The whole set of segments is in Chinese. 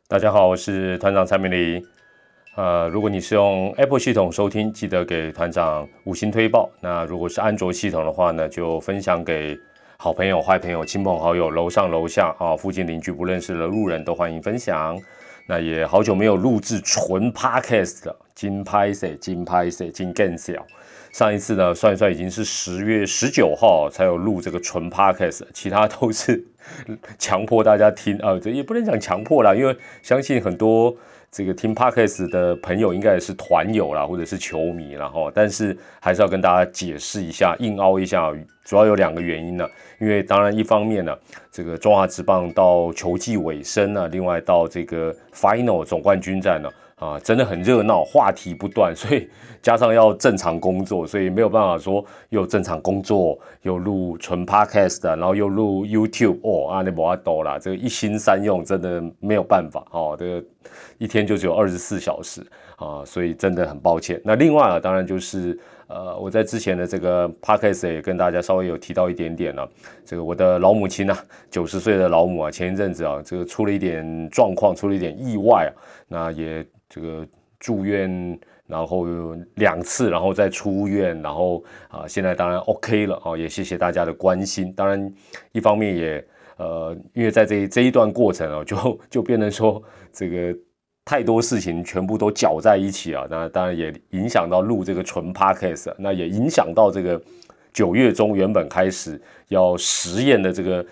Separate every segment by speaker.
Speaker 1: 大家好，我是团长蔡明黎。如果你是用 Apple 系统收听，记得给团长5星推爆。那如果是安卓系统的话呢，就分享给好朋友、坏朋友、亲朋好友、楼上楼下附近邻居不认识的路人都欢迎分享。那也好久没有录制纯 Podcast 了，金拍更小。上一次呢，算一算已经是10月19号才有录这个纯 Podcast， 其他都是强迫大家听这也不能讲强迫啦，因为相信很多这个听 Podcast 的朋友应该也是团友啦，或者是球迷啦但是还是要跟大家解释一下，硬凹一下，主要有2个原因呢。因为当然一方面呢，这个中华职棒到球季尾声呢，另外到这个 Final 总冠军战呢。真的很热闹，话题不断，所以加上要正常工作，所以没有办法说又正常工作，又录纯 podcast， 然后又录 YouTube， 那没办法啦，这个一心三用真的没有办法这个一天就只有24小时所以真的很抱歉。那另外当然就是我在之前的这个 podcast 也跟大家稍微有提到一点点了，这个我的老母亲90岁的老母前一阵子这个出了一点状况，出了一点意外那也这个住院，然后2次，然后再出院，然后现在当然 OK 了也谢谢大家的关心。当然一方面也因为在这一段过程就变成说这个太多事情全部都搅在一起那当然也影响到录这个纯 podcast， 那也影响到这个9月中原本开始要实验的这个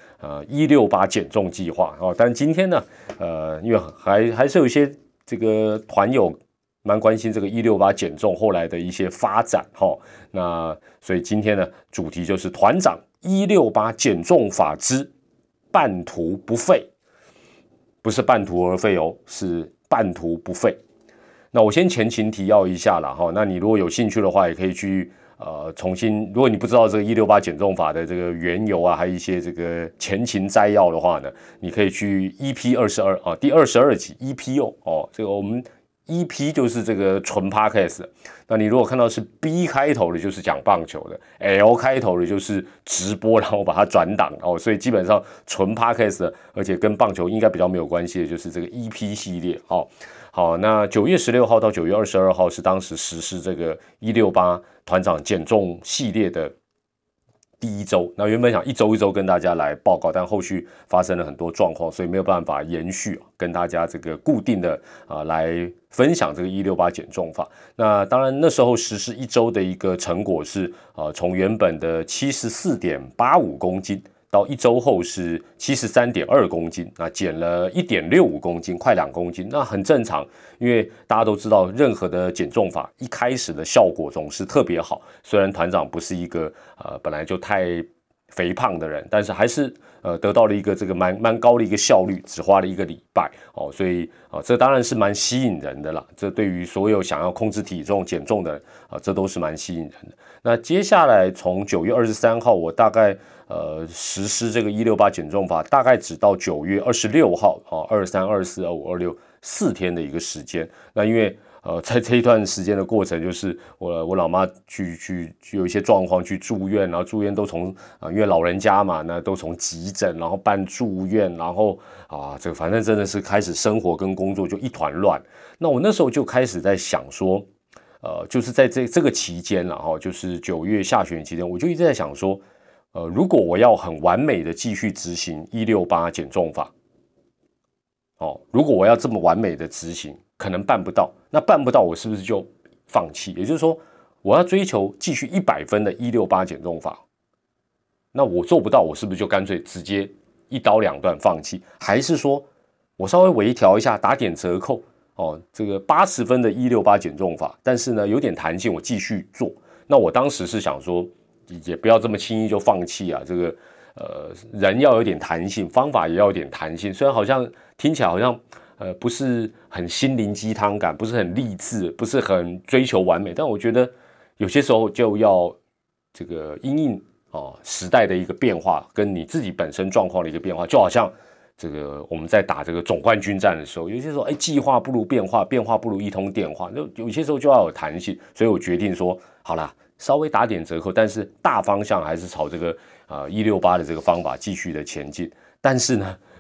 Speaker 1: 168减重计划但今天呢因为还是有一些这个团友蛮关心这个168减重后来的一些发展那所以今天呢主题就是团长168减重法之半途不废，不是半途而废是半途不废。那我先前情提要一下啦那你如果有兴趣的话，也可以去重新，如果你不知道这个168减重法的这个缘由还有一些这个前情摘要的话呢，你可以去 EP22第22集 EP 这个我们 EP 就是这个纯 Podcast， 那你如果看到是 B 开头的，就是讲棒球的 ，L 开头的就是直播，然后把它转档所以基本上纯 Podcast， 而且跟棒球应该比较没有关系的，就是这个 EP 系列好，那9月16号到9月22号是当时实施这个168团长减重系列的第一周。那原本想一周一周跟大家来报告，但后续发生了很多状况，所以没有办法延续跟大家这个固定的来分享这个168减重法。那当然那时候实施1周的一个成果是从原本的 74.85 公斤到1周后是 73.2 公斤，那减了 1.65 公斤，快2公斤，那很正常，因为大家都知道任何的减重法一开始的效果总是特别好，虽然团长不是一个本来就太肥胖的人，但是还是得到了一个这个蛮高的一个效率，只花了1个礼拜所以这当然是蛮吸引人的啦，这对于所有想要控制体重减重的人这都是蛮吸引人的。那接下来从9月23号我大概实施这个168减重法，大概只到9月26号23、24、25、26 4天的一个时间。那因为在这一段时间的过程，就是我老妈去有一些状况去住院，然后住院都从因为老人家嘛，那都从急诊，然后办住院，然后这个反正真的是开始生活跟工作就一团乱。那我那时候就开始在想说，就是在这个期间了就是9月下旬期间，我就一直在想说，如果我要很完美的继续执行168减重法，如果我要这么完美的执行，可能办不到，那办不到我是不是就放弃？也就是说我要追求继续100分的168减重法，那我做不到，我是不是就干脆直接一刀两断放弃？还是说我稍微微调一下，打点折扣这个80分的168减重法，但是呢有点弹性，我继续做。那我当时是想说也不要这么轻易就放弃这个人要有点弹性，方法也要有点弹性，虽然好像听起来好像不是很心灵鸡汤感，不是很励志，不是很追求完美，但我觉得有些时候就要这个因应时代的一个变化，跟你自己本身状况的一个变化，就好像这个我们在打这个总冠军战的时候，有些时候计划不如变化，变化不如一通电话，有些时候就要有弹性，所以我决定说好啦，稍微打点折扣，但是大方向还是朝这个168的这个方法继续的前进。但是呢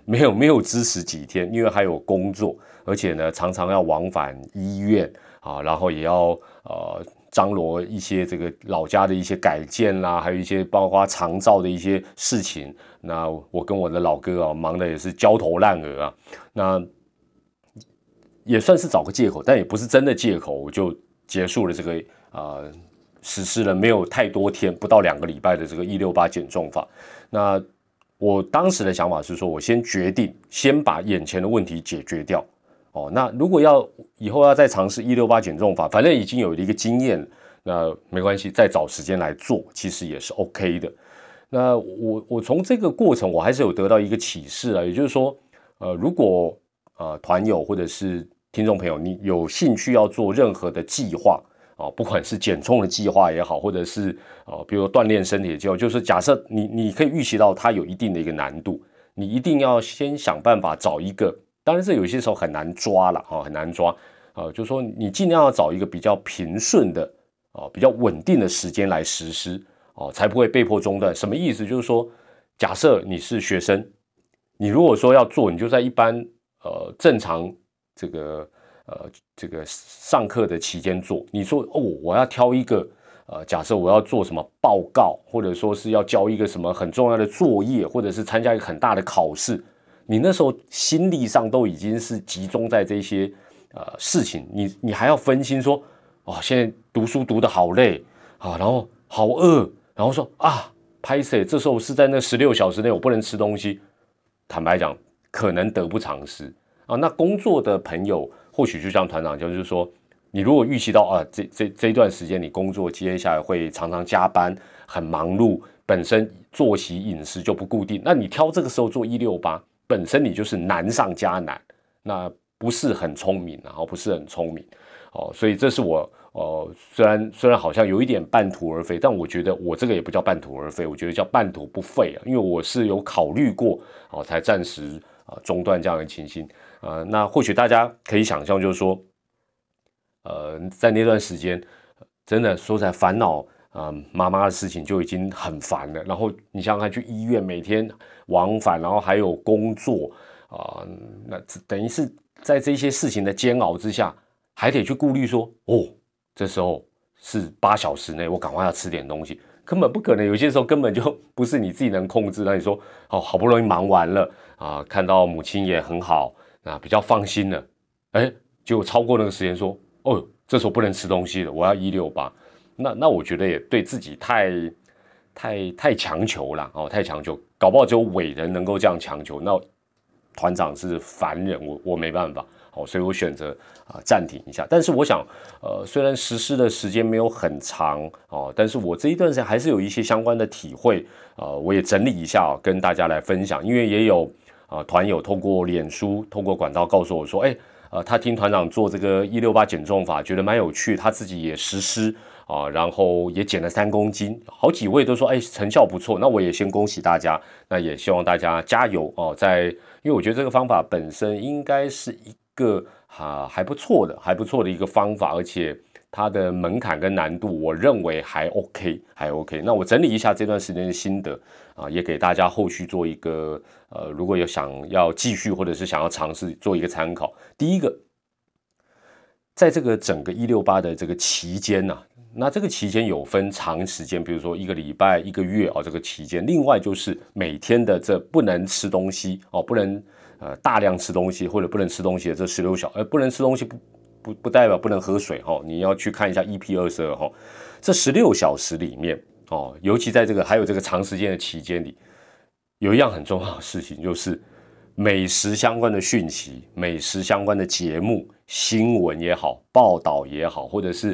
Speaker 1: 没有支持几天，因为还有工作，而且呢常常要往返医院啊，然后也要张罗一些这个老家的一些改建啦，还有一些包括长照的一些事情。那我跟我的老哥啊，忙的也是焦头烂额啊。那也算是找个借口，但也不是真的借口，我就结束了这个实施了没有太多天，不到2个礼拜的这个168减重法。那我当时的想法是说，我先决定先把眼前的问题解决掉。那如果以后要再尝试168减重法，反正已经有一个经验了，那没关系，再找时间来做，其实也是 OK 的。那我从这个过程，我还是有得到一个启示啊，也就是说，如果团友或者是听众朋友，你有兴趣要做任何的计划不管是减重的计划也好，或者是比如说锻炼身体的计划，就是假设你可以预期到它有一定的一个难度，你一定要先想办法找一个，当然这有些时候很难抓啦，很难抓就是说你尽量要找一个比较平顺的比较稳定的时间来实施才不会被迫中断。什么意思？就是说，假设你是学生，你如果说要做，你就在一般正常这个上课的期间做。你说我要挑一个假设我要做什么报告，或者说是要交一个什么很重要的作业，或者是参加一个很大的考试，你那时候心力上都已经是集中在这些事情，你还要分心说现在读书读得好累然后好饿，然后说拍摄，这时候是在那16小时内我不能吃东西。坦白讲，可能得不偿失那工作的朋友或许就像团长就是说，你如果预期到这一段时间你工作接下来会常常加班，很忙碌，本身作息饮食就不固定，那你挑这个时候做168，本身你就是难上加难，那不是很聪明，然后不是很聪明所以这是我虽然好像有一点半途而废，但我觉得我这个也不叫半途而废，我觉得叫半途不废因为我是有考虑过才暂时中断这样的情形那或许大家可以想象，就是说在那段时间真的说起来烦恼妈妈的事情就已经很烦了，然后你想想看，去医院每天往返，然后还有工作那等于是在这些事情的煎熬之下，还得去顾虑说这时候是8小时内我赶快要吃点东西，根本不可能，有些时候根本就不是你自己能控制。那你说好不容易忙完了看到母亲也很好，那比较放心了，结果超过那个时间说这时候不能吃东西了，我要168，那我觉得也对自己太强求了太强求，搞不好只有伟人能够这样强求，那团长是凡人，我没办法所以我选择暂停一下。但是我想虽然实施的时间没有很长但是我这一段时间还是有一些相关的体会我也整理一下跟大家来分享。因为也有团友透过脸书透过管道告诉我说他听团长做这个168减重法觉得蛮有趣，他自己也实施然后也减了3公斤，好几位都说成效不错。那我也先恭喜大家，那也希望大家加油因为我觉得这个方法本身应该是一个还不错的一个方法，而且它的门槛跟难度我认为还 OK。那我整理一下这段时间的心得也给大家后续做一个如果有想要继续或者是想要尝试做一个参考。第一个，在这个整个168的这个期间那这个期间有分长时间，比如说1个礼拜、1个月这个期间。另外就是每天的这不能吃东西不能大量吃东西或者不能吃东西的这16小时，不能吃东西不代表不能喝水你要去看一下 EP22这16小时里面尤其在这个还有这个长时间的期间里，有一样很重要的事情，就是美食相关的讯息、美食相关的节目、新闻也好、报道也好，或者是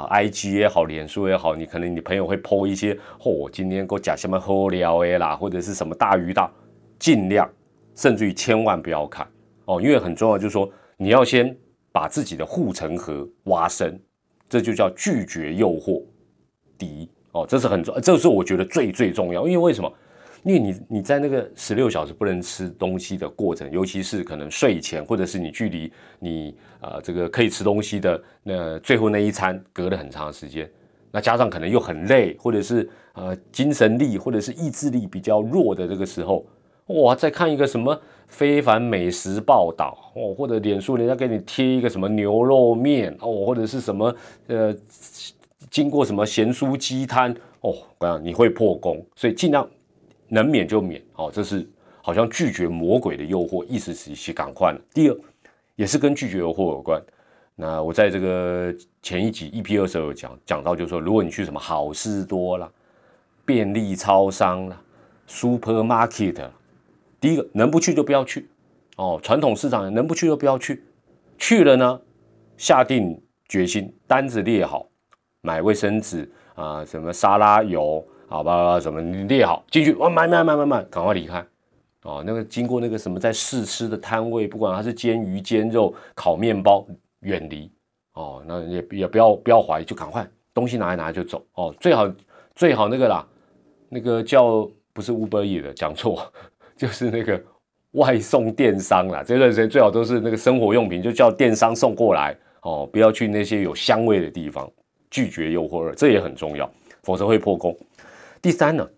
Speaker 1: IG 也好、脸书也好，你可能你朋友会 po 一些今天给我讲什么好料的啦，或者是什么大鱼大，尽量甚至于千万不要看因为很重要，就是说你要先把自己的护城河挖深，这就叫拒绝诱惑。第一这是很重要，这是我觉得最重要。因为为什么？因为你在那个16小时不能吃东西的过程，尤其是可能睡前，或者是你距离你这个可以吃东西的最后那一餐隔了很长的时间，那加上可能又很累，或者是精神力或者是意志力比较弱的这个时候， 哇，再看一个什么非凡美食报道哦，或者脸书人家给你贴一个什么牛肉面哦，或者是什么经过什么咸酥鸡摊哦，我讲你会破功，所以尽量能免就免哦，这是好像拒绝魔鬼的诱惑，意思是赶快了。第二，也是跟拒绝诱惑有关。那我在这个前一集 EP20有讲到，就是说，如果你去什么好事多啦、便利超商啦、supermarket， 第一个能不去就不要去哦。传统市场能不去就不要去，去了呢，下定决心，单子列好，买卫生纸啊，什么沙拉油，好吧，什么你列好进去，哇，买，赶快离开。哦，那个经过那个什么在试吃的摊位，不管它是煎鱼、煎肉、烤面包，远离哦。那也不要怀疑，就赶快东西拿一拿就走哦。最好那个啦，那个叫不是 Uber Eats 的，讲错，就是那个外送电商啦。这段时间最好都是那个生活用品，就叫电商送过来哦，不要去那些有香味的地方。拒绝诱惑，这也很重要，否则会破功。第三呢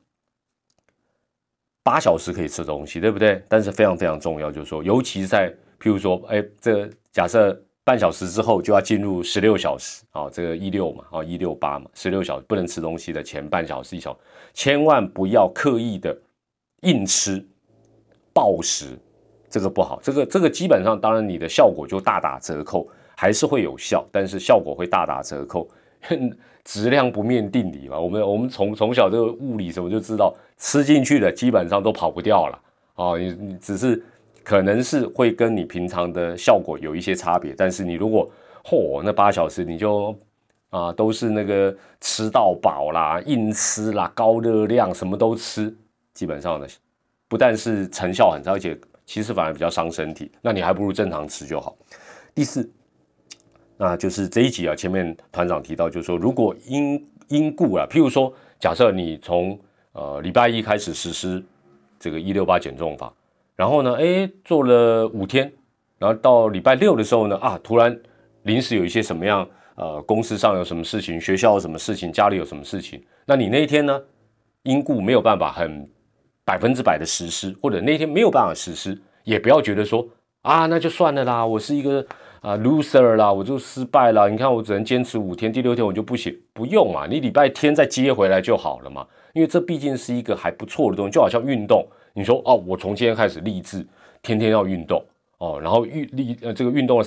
Speaker 1: ，8小时可以吃东西，对不对？但是非常非常重要，就是说，尤其在譬如说，这假设半小时之后就要进入16小时，这个16嘛，168嘛，16小时不能吃东西的前半小时1小时，千万不要刻意的硬吃暴食，这个不好。这个基本上，当然你的效果就大打折扣，还是会有效，但是效果会大打折扣。质量不面定理嘛，我们从小这个物理什么就知道，吃进去的基本上都跑不掉了哦。你只是可能是会跟你平常的效果有一些差别，但是你如果那8小时你就都是那个吃到饱啦、硬吃啦、高热量什么都吃，基本上呢不但是成效很差，而且其实反而比较伤身体。那你还不如正常吃就好。第四。那就是这一集啊，前面团长提到，就是说，如果因故啊，譬如说，假设你从礼拜一开始实施这个168减重法，然后呢，做了5天，然后到礼拜6的时候呢，突然临时有一些什么样公司上有什么事情，学校有什么事情，家里有什么事情，那你那一天呢，因故没有办法很100%的实施，或者那天没有办法实施，也不要觉得说那就算了啦，我是一个loser 啦，我就失败了。你看我只能坚持5天，第6天我就不行，不用嘛，你礼拜天再接回来就好了嘛。因为这毕竟是一个还不错的东西，就好像运动，你说我从今天开始立志，天天要运动然后这个运动了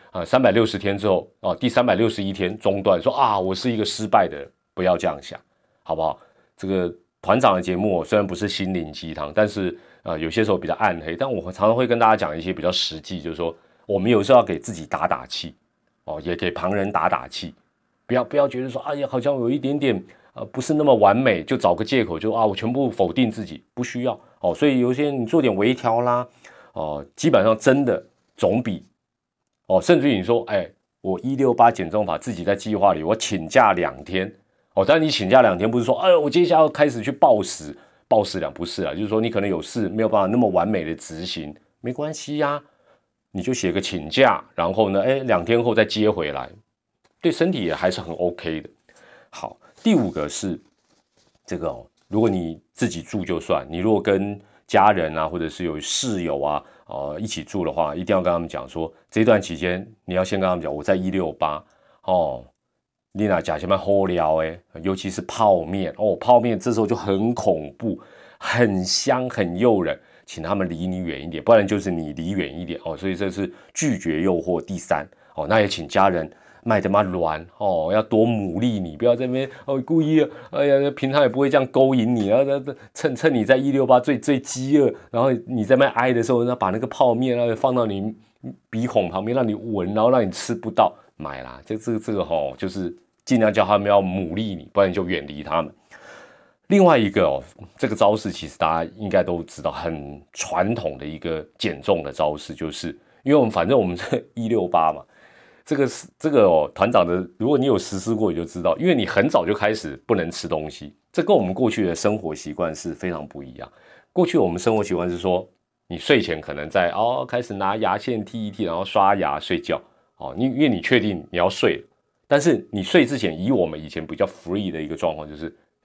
Speaker 1: 360天之后第361天中断，说我是一个失败的人，不要这样想，好不好？这个团长的节目虽然不是心灵鸡汤，但是有些时候比较暗黑，但我常常会跟大家讲一些比较实际，就是说。我们有时候要给自己打打气也给旁人打打气，不要觉得说好像有一点点不是那么完美，就找个借口就我全部否定自己，不需要所以有些你做点微调啦基本上真的总比甚至于你说我168减重法自己在计划里我请假2天但你请假2天不是说我接下来要开始去暴食量，不是就是说你可能有事没有办法那么完美的执行，没关系呀你就写个请假，然后呢，2天后再接回来，对身体也还是很 OK 的。好，第5个是这个如果你自己住就算，你如果跟家人或者是有室友一起住的话，一定要跟他们讲说，这段期间你要先跟他们讲，我在168你哪假前面好聊尤其是泡面泡面这时候就很恐怖，很香很诱人。请他们离你远一点，不然就是你离远一点所以这是拒绝诱惑。第3那也请家人卖他妈软要多鼓励你，不要在那边故意平常也不会这样勾引你，然后趁你在168最饥饿，然后你在那边挨的时候，把那个泡面放到你鼻孔旁边让你闻，然后让你吃不到，买啦，这个就是尽量叫他们要鼓励你，不然你就远离他们。另外一个这个招式其实大家应该都知道，很传统的一个减重的招式，就是因为反正我们这168嘛，这个团长的，如果你有实施过，你就知道，因为你很早就开始不能吃东西，这跟我们过去的生活习惯是非常不一样。过去我们生活习惯是说，你睡前可能在开始拿牙线剔一剔，然后刷牙睡觉因为你确定你要睡了，但是你睡之前，以我们以前比较 free 的一个状况就是。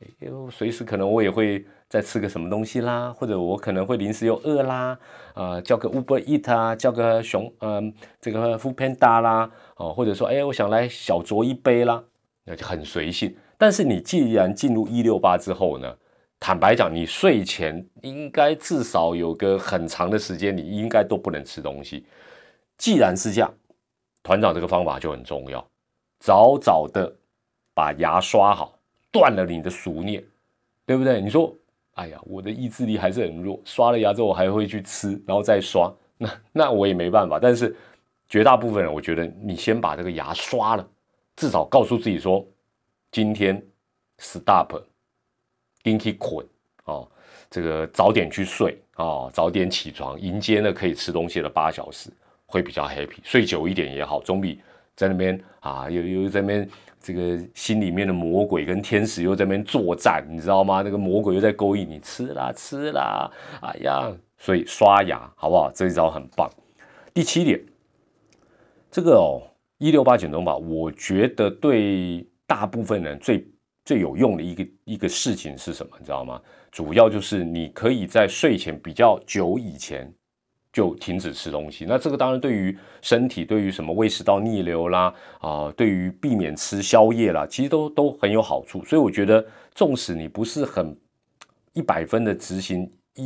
Speaker 1: 随时可能我也会再吃个什么东西啦，或者我可能会临时又饿啦，叫个 Uber Eat 啊，叫个这个 Foodpanda 啦，或者说我想来小酌一杯啦，那就很随性。但是你既然进入168之后呢，坦白讲，你睡前应该至少有个很长的时间，你应该都不能吃东西。既然是这样，团长这个方法就很重要，早早的把牙刷好，断了你的俗念，对不对？你说，哎呀，我的意志力还是很弱，刷了牙之后我还会去吃，然后再刷，那我也没办法。但是绝大部分人，我觉得你先把这个牙刷了，至少告诉自己说，今天 stop， 紧去困哦，这个早点去睡哦，早点起床，迎接呢可以吃东西的8小时，会比较 happy。睡久一点也好，总比在那边又在那边这个心里面的魔鬼跟天使又在那边作战，你知道吗？那个魔鬼又在勾引你，吃啦，哎呀，所以刷牙好不好？这一招很棒。第7点，这个168减重法，我觉得对大部分人最有用的一个事情是什么？你知道吗？主要就是你可以在睡前比较久以前就停止吃东西。那这个当然对于身体，对于什么胃食道逆流啦，对于避免吃宵夜啦，其实都很有好处。所以我觉得，纵使你不是很100分的执行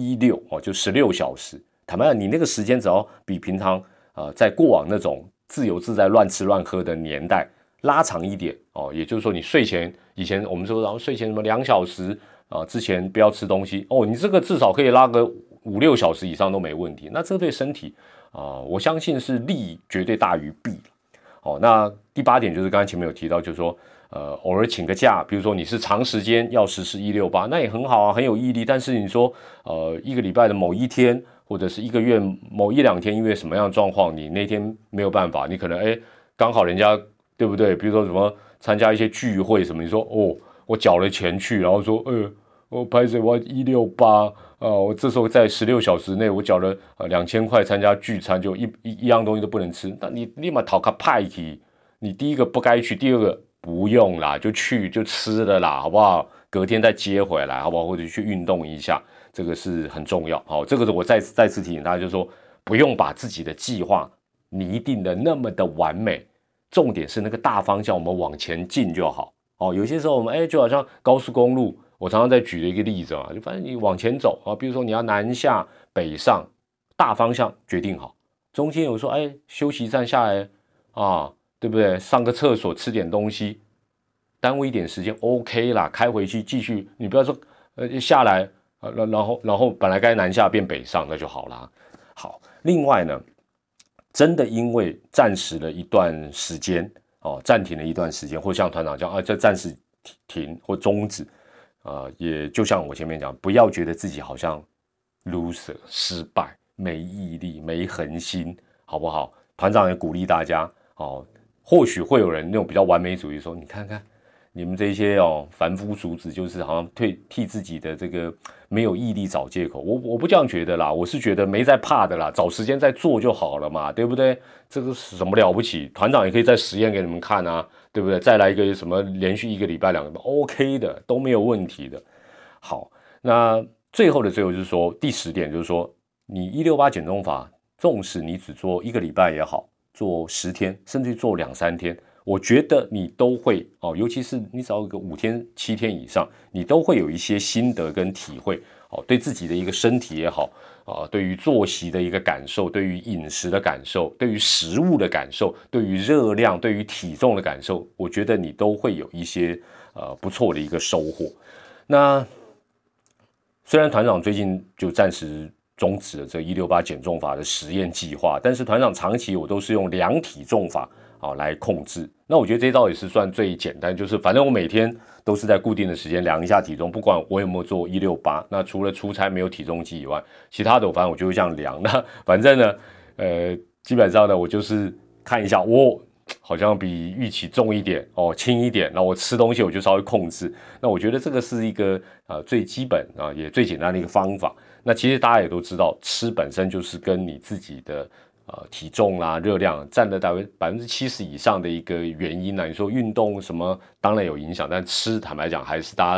Speaker 1: 16就16小时，坦白讲，你那个时间只要比平常在过往那种自由自在乱吃乱喝的年代拉长一点也就是说你睡前以前我们说然后睡前什么2小时之前不要吃东西你这个至少可以拉个5-6小时以上都没问题。那这对身体我相信是利绝对大于弊。那第8点就是刚才前面有提到，就是说偶尔请个假，比如说你是长时间要实施168，那也很好啊，很有毅力。但是你说1个礼拜的某一天，或者是1个月某1-2天，因为什么样的状况，你那天没有办法，你可能刚好人家对不对？比如说什么参加一些聚会什么，你说我缴了钱去，然后说我拍摄我168我这时候在16小时内我缴了2000块参加聚餐，就一样东西都不能吃，那你立马讨个派去，你第一个不该去，第二个不用啦，就去就吃了啦，好不好？隔天再接回来，好不好？或者去运动一下，这个是很重要。好，这个我再次提醒大家，就是说不用把自己的计划拟定的那么的完美，重点是那个大方向，我们往前进就好。有些时候我们就好像高速公路，我常常在举的一个例子嘛，就反正你往前走比如说你要南下北上，大方向决定好，中间有说休息站下来对不对？上个厕所吃点东西，耽误一点时间 OK 啦，开回去继续，你不要说下来然后本来该南下变北上，那就好啦。好，另外呢，真的因为暂时的一段时间暂停了一段时间，或像团长讲这暂时停或终止也就像我前面讲，不要觉得自己好像 loser 失败，没毅力没恒心，好不好？团长也鼓励大家或许会有人那种比较完美主义说，你看看你们这些凡夫俗子，就是好像替自己的这个没有毅力找借口。我不这样觉得啦，我是觉得没在怕的啦，找时间再做就好了嘛，对不对？这个是什么了不起？团长也可以再实验给你们看啊，对不对？再来一个什么连续1个礼拜2个礼拜 OK 的，都没有问题的。好，那最后就是说第10点就是说，你168减重法，纵使你只做1个礼拜也好，做10天，甚至做2-3天，我觉得你都会尤其是你只要有个5天7天以上，你都会有一些心得跟体会对自己的一个身体也好对于作息的一个感受，对于饮食的感受，对于食物的感受，对于热量，对于体重的感受，我觉得你都会有一些不错的一个收获。那虽然团长最近就暂时终止了这168减重法的实验计划，但是团长长期我都是用量体重法来控制。那我觉得这招也是算最简单，就是反正我每天都是在固定的时间量一下体重，不管我有没有做168，那除了出差没有体重计以外，其他的反正我就会这样量。那反正呢基本上呢我就是看一下好像比预期重一点轻一点，那我吃东西我就稍微控制。那我觉得这个是一个最基本也最简单的一个方法。那其实大家也都知道，吃本身就是跟你自己的体重啦、热量占了大约70%以上的一个原因啦。你说运动什么当然有影响，但吃坦白讲还是大家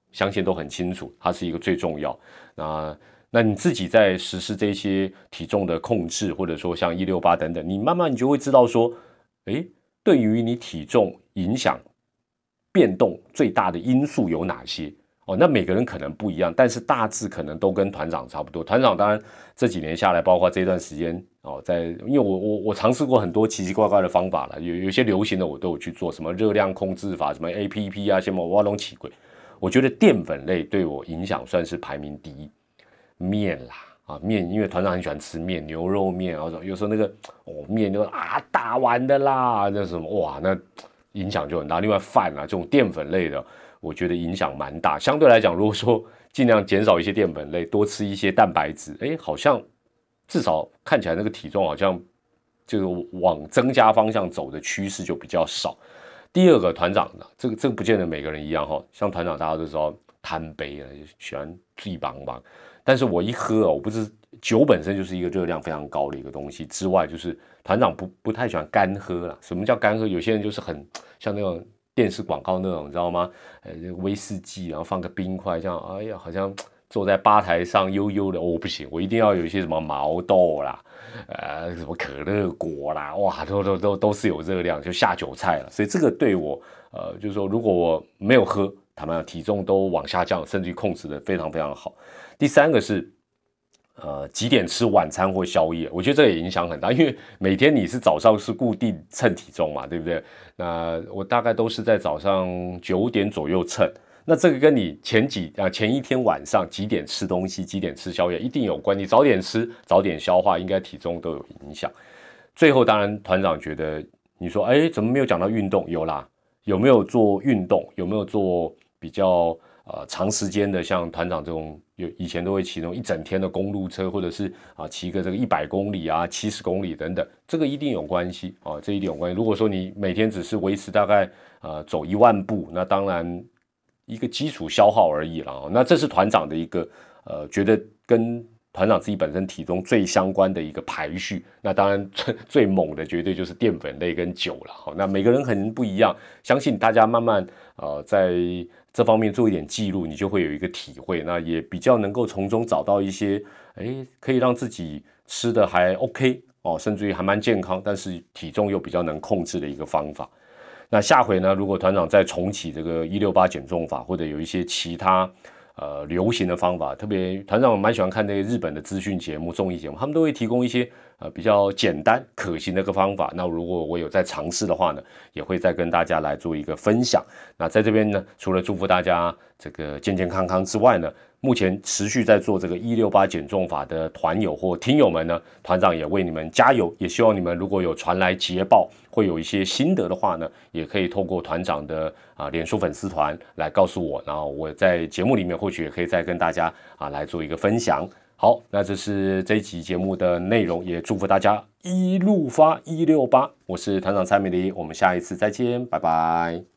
Speaker 1: 相信都很清楚，它是一个最重要。那你自己在实施这些体重的控制，或者说像168等等，你慢慢你就会知道说，对于你体重影响变动最大的因素有哪些？那每个人可能不一样，但是大致可能都跟团长差不多。团长当然这几年下来，包括这段时间因为我尝试过很多奇奇怪怪的方法了，有些流行的我都有去做，什么热量控制法，什么 APP 啊，什么挖龙起鬼。我觉得淀粉类对我影响算是排名第一，面啦面，因为团长很喜欢吃面，牛肉面，然后有时候那个面就大碗的啦，那什么哇，那影响就很大。另外饭啊这种淀粉类的，我觉得影响蛮大。相对来讲，如果说尽量减少一些淀粉类，多吃一些蛋白质，好像至少看起来那个体重好像就是往增加方向走的趋势就比较少。第二个团长呢，这个不见得每个人一样哈，像团长大家都知道贪杯了，喜欢醉邦邦，但是我一喝我不是酒本身就是一个热量非常高的一个东西之外，就是团长不太喜欢干喝啦。什么叫干喝？有些人就是很像那种电视广告那种，你知道吗？威士忌，然后放个冰块，这样，哎呀，好像坐在吧台上悠悠的。不行，我一定要有一些什么毛豆啦，什么可乐果啦，哇，都是有热量，就下酒菜了。所以这个对我，就是说，如果我没有喝，坦白讲，体重都往下降，甚至于控制的非常非常好。第三个是，几点吃晚餐或宵夜，我觉得这也影响很大，因为每天你是早上是固定称体重嘛，对不对？那我大概都是在早上9点左右称。那这个跟你前一天晚上几点吃东西，几点吃宵夜一定有关。你早点吃，早点消化，应该体重都有影响。最后，当然团长觉得，你说，怎么没有讲到运动？有啦，有没有做运动？有没有做比较长时间的，像团长这种以前都会骑那种一整天的公路车，或者是骑个这个100公里啊、70公里等等，这个一定有关系这一定有关系。如果说你每天只是维持大概走1万步，那当然一个基础消耗而已啦。那这是团长的一个觉得跟团长自己本身体重最相关的一个排序。那当然最猛的绝对就是淀粉类跟酒了。那每个人可能不一样，相信大家慢慢在这方面做一点记录，你就会有一个体会，那也比较能够从中找到一些可以让自己吃的还 OK 甚至于还蛮健康，但是体重又比较能控制的一个方法。那下回呢，如果团长再重启这个168减重法，或者有一些其他流行的方法，特别团长蛮喜欢看那个日本的资讯节目、综艺节目，他们都会提供一些比较简单可行的一个方法。那如果我有在尝试的话呢，也会再跟大家来做一个分享。那在这边呢，除了祝福大家这个健健康康之外呢，目前持续在做这个168减重法的团友或听友们呢，团长也为你们加油，也希望你们如果有传来捷报，会有一些心得的话呢，也可以透过团长的脸书粉丝团来告诉我，然后我在节目里面或许也可以再跟大家来做一个分享。好，那这是这一期节目的内容，也祝福大家一路发168，我是团长蔡美丽，我们下一次再见，拜拜。